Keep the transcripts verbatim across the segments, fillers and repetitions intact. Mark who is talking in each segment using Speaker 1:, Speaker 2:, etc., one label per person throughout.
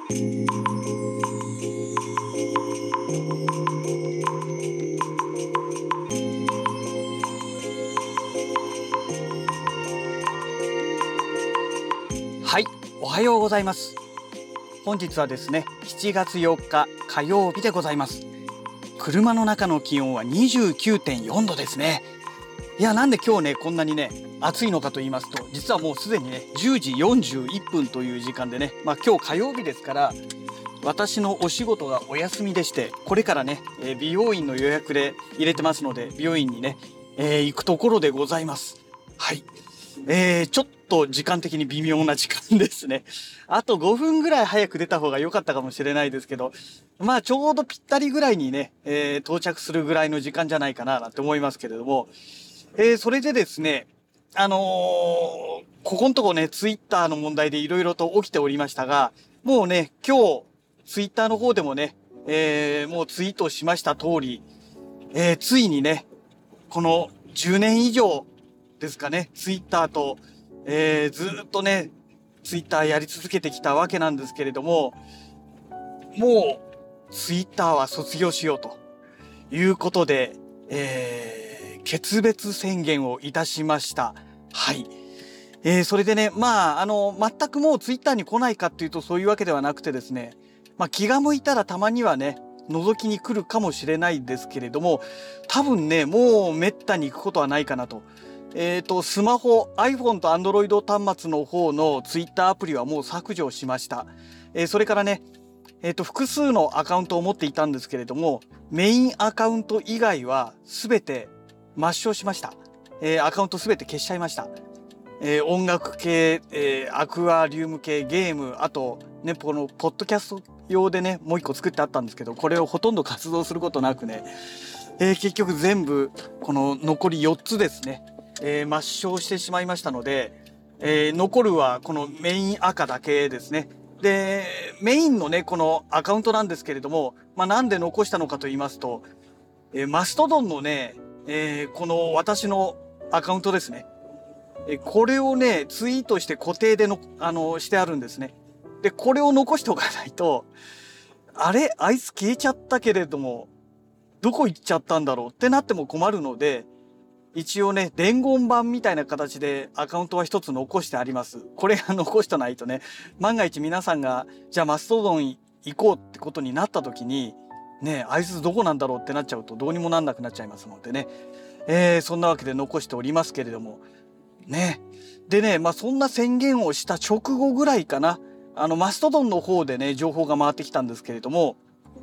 Speaker 1: はい、おはようございます。本日はですね、しちがつよっか火曜日でございます。車の中の気温は にじゅうきゅうてんよん 度ですね。いや、なんで今日ねこんなにね暑いのかと言いますと、実はもうすでにねじゅうじよんじゅういっぷんという時間でね、まあ今日火曜日ですから、私のお仕事がお休みでして、これからね、えー美容院の予約で入れてますので、美容院にね、えー行くところでございます。はい、えー、ちょっと時間的に微妙な時間ですね。あとごふんぐらい早く出た方が良かったかもしれないですけど、まあちょうどぴったりぐらいにね、えー到着するぐらいの時間じゃないかななんて思いますけれども、えーそれでですね、あのーここのとこね、ツイッターの問題でいろいろと起きておりましたが、もうね、今日、ツイッターの方でもね、えーもうツイートしました通り、えーついにね、このじゅうねん以上ですかね、ツイッターと、えーずーっとね、ツイッターやり続けてきたわけなんですけれども、もうツイッターは卒業しようということで、えー決別宣言をいたしました。はい。えーそれでね、まあ、あの、全くもうツイッターに来ないかっていうとそういうわけではなくてですね、まあ気が向いたらたまにはね、覗きに来るかもしれないですけれども、多分ね、もうめったに行くことはないかなと。えっと、スマホ、iPhone と Android 端末の方の Twitter アプリはもう削除しました。えーそれからね、えっと、複数のアカウントを持っていたんですけれども、メインアカウント以外は全て抹消しました。えーアカウント全て消しちゃいました。えー音楽系、えーアクアリウム系、ゲーム、あとね、このポッドキャスト用でね、もう一個作ってあったんですけど、これをほとんど活動することなくね、えー結局全部この残りよっつですね、えー抹消してしまいましたので、えー残るはこのメイン赤だけですね。で、メインのね、このアカウントなんですけれども、まあ、なんで残したのかと言いますと、えーマストドンのね、えーこの私のアカウントですね。えこれをね、ツイートして固定での、あの、してあるんですね。で、これを残しておかないと、あれあいつ消えちゃったけれども、どこ行っちゃったんだろうってなっても困るので、一応ね、伝言板みたいな形でアカウントは一つ残してあります。これが残してないとね、万が一皆さんが、じゃあマストドン行こうってことになった時に、ね、あいつどこなんだろうってなっちゃうとどうにもなんなくなっちゃいますのでね。えー、そんなわけで残しておりますけれども、ね。でね、まあそんな宣言をした直後ぐらいかな、あのマストドンの方でね、情報が回ってきたんですけれども、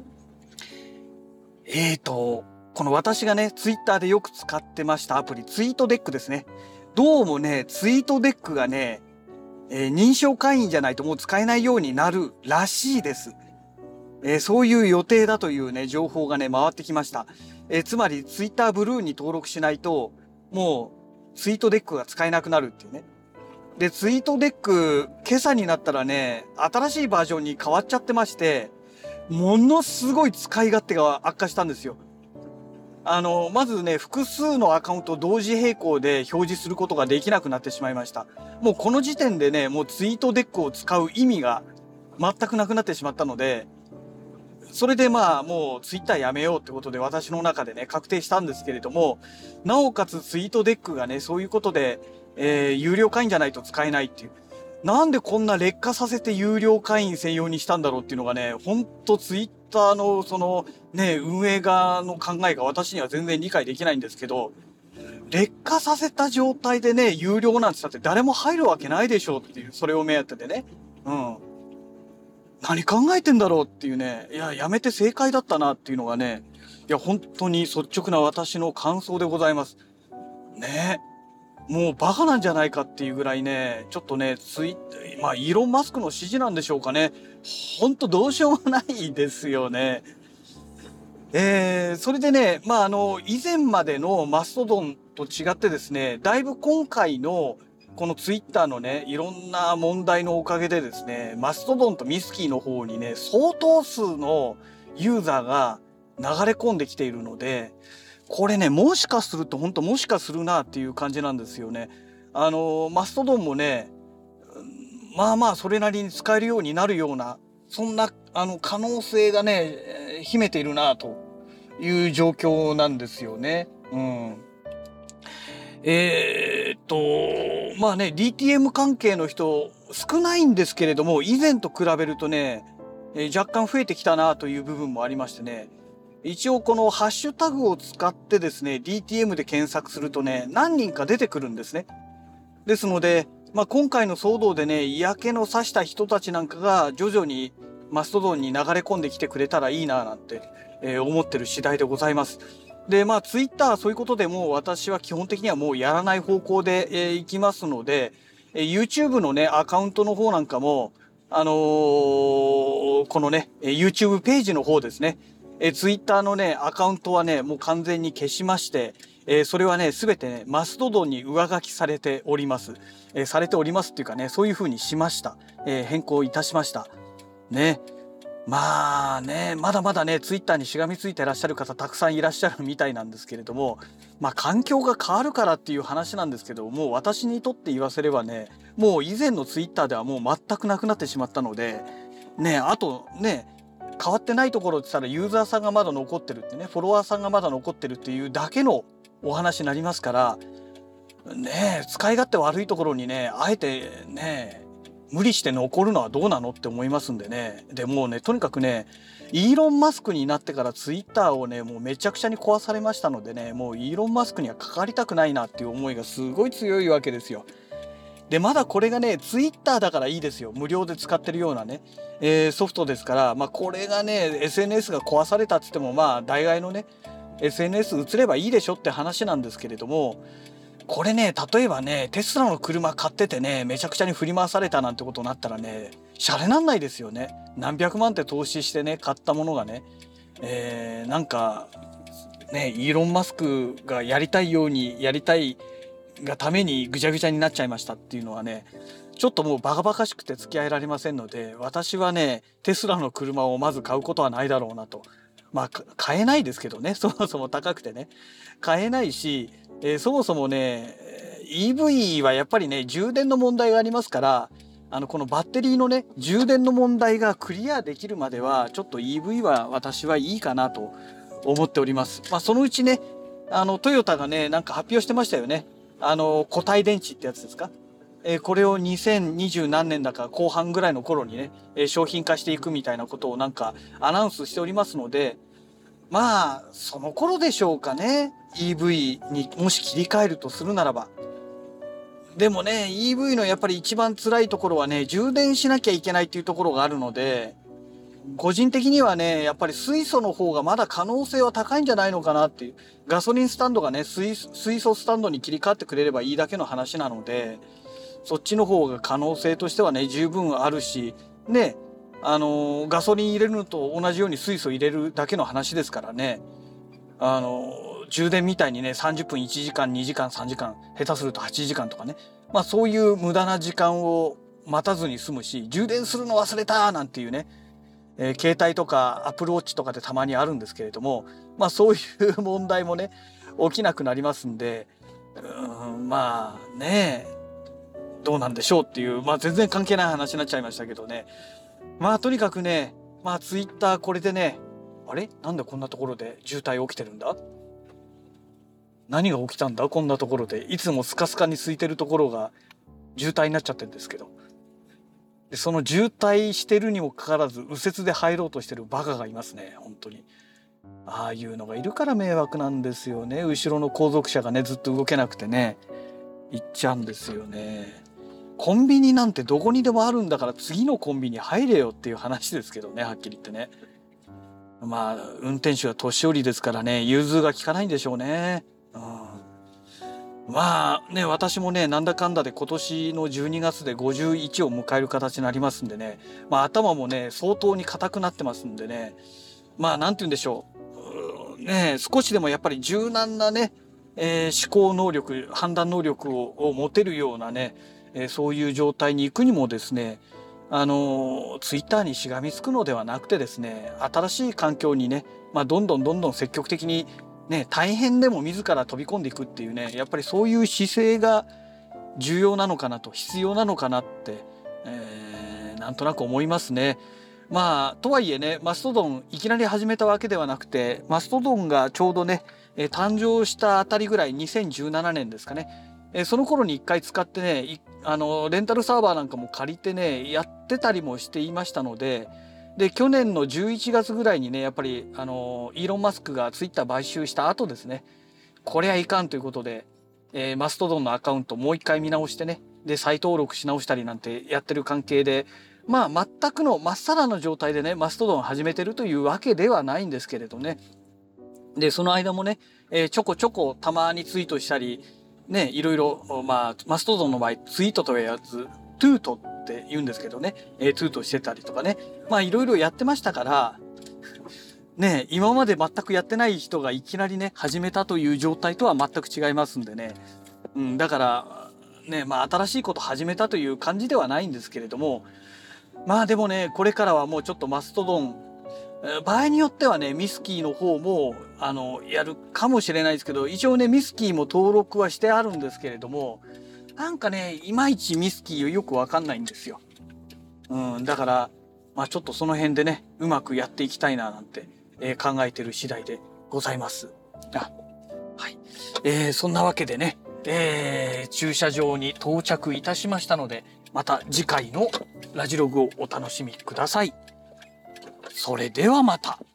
Speaker 1: えーと、この私がね、ツイッターでよく使ってましたアプリ、ツイートデックですね。どうもね、ツイートデックがね、えー認証会員じゃないともう使えないようになるらしいです。えーそういう予定だというね、情報がね、回ってきました。えーつまり、ツイッターブルーに登録しないと、もう、ツイートデックが使えなくなるっていうね。で、ツイートデック、今朝になったらね、新しいバージョンに変わっちゃってまして、ものすごい使い勝手が悪化したんですよ。あの、まずね、複数のアカウントを同時並行で表示することができなくなってしまいました。もうこの時点でね、もうツイートデックを使う意味が全くなくなってしまったので、それでまあもうツイッターやめようってことで私の中でね、確定したんですけれども、なおかつツイートデックがね、そういうことで、えー有料会員じゃないと使えないっていう。なんでこんな劣化させて有料会員専用にしたんだろうっていうのがね、ほんとツイッターのそのね、運営側の考えが私には全然理解できないんですけど、劣化させた状態でね、有料なんて言ったって誰も入るわけないでしょうっていう、それを目当てでね。うん。何考えてんだろうっていうね、いや、やめて正解だったなっていうのがね、いや、本当に率直な私の感想でございます。ね。もうバカなんじゃないかっていうぐらいね、ちょっとね、ツイまあ、イーロン・マスクの指示なんでしょうかね。ほんとどうしようもないですよね。えー、それでね、まあ、あの、以前までのマストドンと違ってですね、だいぶ今回のこのツイッターのね、いろんな問題のおかげでですね、マストドンとミスキーの方にね、相当数のユーザーが流れ込んできているので、これね、もしかすると、本当もしかするなっていう感じなんですよね。あの、マストドンもね、まあまあそれなりに使えるようになるようなそんなあの可能性がね、えー秘めているなという状況なんですよね。うん。えーっと、まあね、ディーティーエム 関係の人少ないんですけれども、以前と比べるとね、えー若干増えてきたなという部分もありましてね、一応このハッシュタグを使ってですね、ディーティーエム で検索するとね、何人か出てくるんですね。ですので、まあ、今回の騒動でね、嫌気のさした人たちなんかが徐々にマストドンに流れ込んできてくれたらいいななんて、えー思ってる次第でございます。で、まあ、ツイッターそういうことでもう私は基本的にはもうやらない方向で、えー、いきますので、えー YouTube のね、アカウントの方なんかも、あのーこのね、えー YouTube ページの方ですね、えー、Twitter のね、アカウントはね、もう完全に消しまして、えーそれはね、すべてね、マストドンに上書きされております。えーされておりますっていうかね、そういう風にしました。えー変更いたしました。ね。まあね、まだまだね、ツイッターにしがみついてらっしゃる方たくさんいらっしゃるみたいなんですけれども、まあ環境が変わるからっていう話なんですけども、私にとって言わせればね、もう以前のツイッターではもう全くなくなってしまったので、ね、あとね、変わってないところって言ったらユーザーさんがまだ残ってるってね、フォロワーさんがまだ残ってるっていうだけのお話になりますから、ね、使い勝手悪いところにね、あえてね、無理して残るのはどうなのって思いますんでね。でもうね、とにかくね、イーロン・マスクになってからツイッターをね、もうめちゃくちゃに壊されましたのでね、もうイーロン・マスクには関わりたくないなっていう思いがすごい強いわけですよ。で、まだこれがね、ツイッターだからいいですよ。無料で使ってるようなね、えーソフトですから、まあこれがね、エスエヌエス が壊されたっつっても、まあ大概のね、エスエヌエス 移ればいいでしょって話なんですけれども、これね、例えばね、テスラの車買っててね、めちゃくちゃに振り回されたなんてことになったらね、シャレなんないですよね。何百万って投資してね、買ったものがね、えーなんか、ね、イーロン・マスクがやりたいようにやりたいがためにぐちゃぐちゃになっちゃいましたっていうのはね、ちょっともうバカバカしくて付き合えられませんので、私はね、テスラの車をまず買うことはないだろうなと。まあ、か買えないですけどね、そもそも高くてね。買えないし、えーそもそもね、イーブイ はやっぱりね、充電の問題がありますから、あの、このバッテリーのね、充電の問題がクリアできるまでは、ちょっと イーブイ は私はいいかなと思っております。まあ、そのうちね、あの、トヨタがね、なんか発表してましたよね。あの、固体電池ってやつですか。えーこれをにせんにじゅう何年だか後半ぐらいの頃にね、えー商品化していくみたいなことをなんかアナウンスしておりますので、まあ、その頃でしょうかね。イーブイ にもし切り替えるとするならば。でもね、イーブイ のやっぱり一番辛いところはね、充電しなきゃいけないっていうところがあるので、個人的にはね、やっぱり水素の方がまだ可能性は高いんじゃないのかなっていう。ガソリンスタンドがね、水、水素スタンドに切り替わってくれればいいだけの話なので、そっちの方が可能性としてはね、十分あるし、ね、あのーガソリン入れるのと同じように水素入れるだけの話ですからね。あのー充電みたいにね、さんじゅっぷん、いちじかん、にじかん、さんじかん、下手するとはちじかんとかね。まあそういう無駄な時間を待たずに済むし、充電するの忘れたなんていうね、えー携帯とか Apple Watch とかでたまにあるんですけれども、まあそういう問題もね、起きなくなりますんで、うーん、まあね、どうなんでしょうっていう、まあ全然関係ない話になっちゃいましたけどね。まあとにかくね、まあツイッターこれでね、あれなんでこんなところで渋滞起きてるんだ、何が起きたんだこんなところで。いつもスカスカに空いてるところが渋滞になっちゃってるんですけど。でその渋滞してるにもかかわらず右折で入ろうとしてるバカがいますね、本当に。ああいうのがいるから迷惑なんですよね。後ろの後続車がね、ずっと動けなくてね、行っちゃうんですよね。コンビニなんてどこにでもあるんだから次のコンビニ入れよっていう話ですけどね、はっきり言ってね。まあ運転手は年寄りですからね、融通が利かないんでしょうね。うん、まあね、私もね、なんだかんだで今年のじゅうにがつでごじゅういちを迎える形になりますんでね、まあ頭もね、相当に硬くなってますんでね、まあなんて言うんでしょう。うーね、少しでもやっぱり柔軟なね、えー思考能力、判断能力を、を持てるようなね、えーそういう状態に行くにもですね、あのツイッターにしがみつくのではなくてですね、新しい環境にね、まあ、どんどんどんどん積極的にね、大変でも自ら飛び込んでいくっていうね、やっぱりそういう姿勢が重要なのかなと、必要なのかなって、えーなんとなく思いますね。 まあとはいえね、マストドンいきなり始めたわけではなくて、マストドンがちょうどね、えー誕生したあたりぐらい、にせんじゅうななねんですかね、えーその頃に一回使ってね、いあのレンタルサーバーなんかも借りてねやってたりもしていましたので、で去年のじゅういちがつぐらいにね、やっぱりあのイーロン・マスクがツイッター買収した後ですね、これはいかんということで、えーマストドンのアカウントもう一回見直してね、で再登録し直したりなんてやってる関係で、まあ全くのまっさらな状態でねマストドンを始めてるというわけではないんですけれどね。でその間もね、えーちょこちょこたまにツイートしたりね、いろいろ、まあマストドンの場合ツイートというやつトゥートって言うんですけどね、えー、トゥートしてたりとかね、まあいろいろやってましたから、ね、今まで全くやってない人がいきなりね始めたという状態とは全く違いますんでね、うん、だからね、まあ新しいこと始めたという感じではないんですけれども、まあでもね、これからはもうちょっとマストドン、えー場合によってはねミスキーの方もあのやるかもしれないですけど、一応ねミスキーも登録はしてあるんですけれども、なんかねいまいちミスキーよくわかんないんですよ。うん、だからまあちょっとその辺でねうまくやっていきたいななんて、えー考えてる次第でございます。あ、はい、えーそんなわけでね、えー駐車場に到着いたしましたので、また次回のラジログをお楽しみください。それではまた。